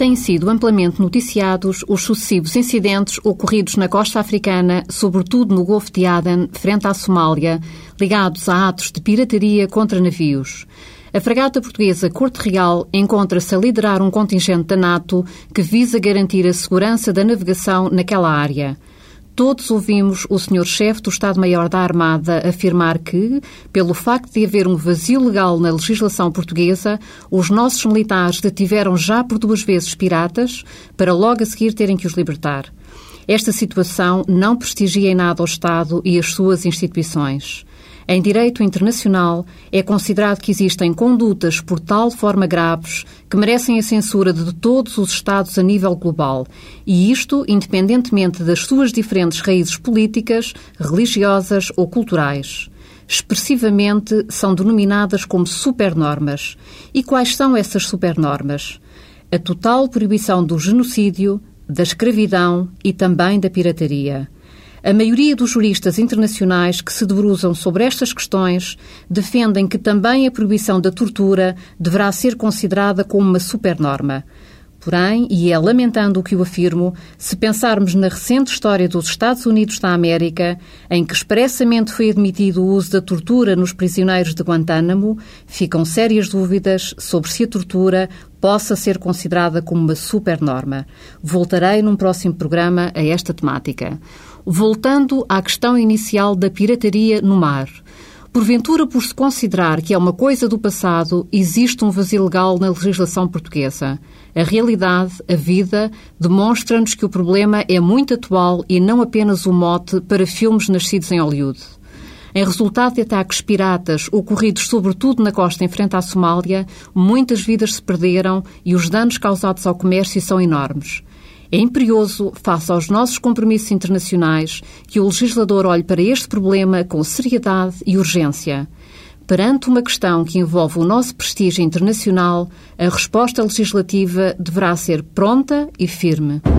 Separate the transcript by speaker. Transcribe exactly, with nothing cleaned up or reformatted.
Speaker 1: Têm sido amplamente noticiados os sucessivos incidentes ocorridos na costa africana, sobretudo no Golfo de Aden, frente à Somália, ligados a atos de pirataria contra navios. A fragata portuguesa Corte Real encontra-se a liderar um contingente da NATO que visa garantir a segurança da navegação naquela área. Todos ouvimos o senhor chefe do Estado-Maior da Armada afirmar que, pelo facto de haver um vazio legal na legislação portuguesa, os nossos militares detiveram já por duas vezes piratas, para logo a seguir terem que os libertar. Esta situação não prestigia em nada o Estado e as suas instituições. Em direito internacional, é considerado que existem condutas por tal forma graves que merecem a censura de todos os Estados a nível global, e isto independentemente das suas diferentes raízes políticas, religiosas ou culturais. Expressivamente, são denominadas como supernormas. E quais são essas supernormas? A total proibição do genocídio, da escravidão e também da pirataria. A maioria dos juristas internacionais que se debruçam sobre estas questões defendem que também a proibição da tortura deverá ser considerada como uma supernorma. Porém, e é lamentando o que eu afirmo, se pensarmos na recente história dos Estados Unidos da América, em que expressamente foi admitido o uso da tortura nos prisioneiros de Guantánamo, ficam sérias dúvidas sobre se a tortura possa ser considerada como uma supernorma. Voltarei num próximo programa a esta temática. Voltando à questão inicial da pirataria no mar. Porventura, por se considerar que é uma coisa do passado, existe um vazio legal na legislação portuguesa. A realidade, a vida, demonstra-nos que o problema é muito atual e não apenas um mote para filmes nascidos em Hollywood. Em resultado de ataques piratas ocorridos sobretudo na costa em frente à Somália, muitas vidas se perderam e os danos causados ao comércio são enormes. É imperioso, face aos nossos compromissos internacionais, que o legislador olhe para este problema com seriedade e urgência. Perante uma questão que envolve o nosso prestígio internacional, a resposta legislativa deverá ser pronta e firme.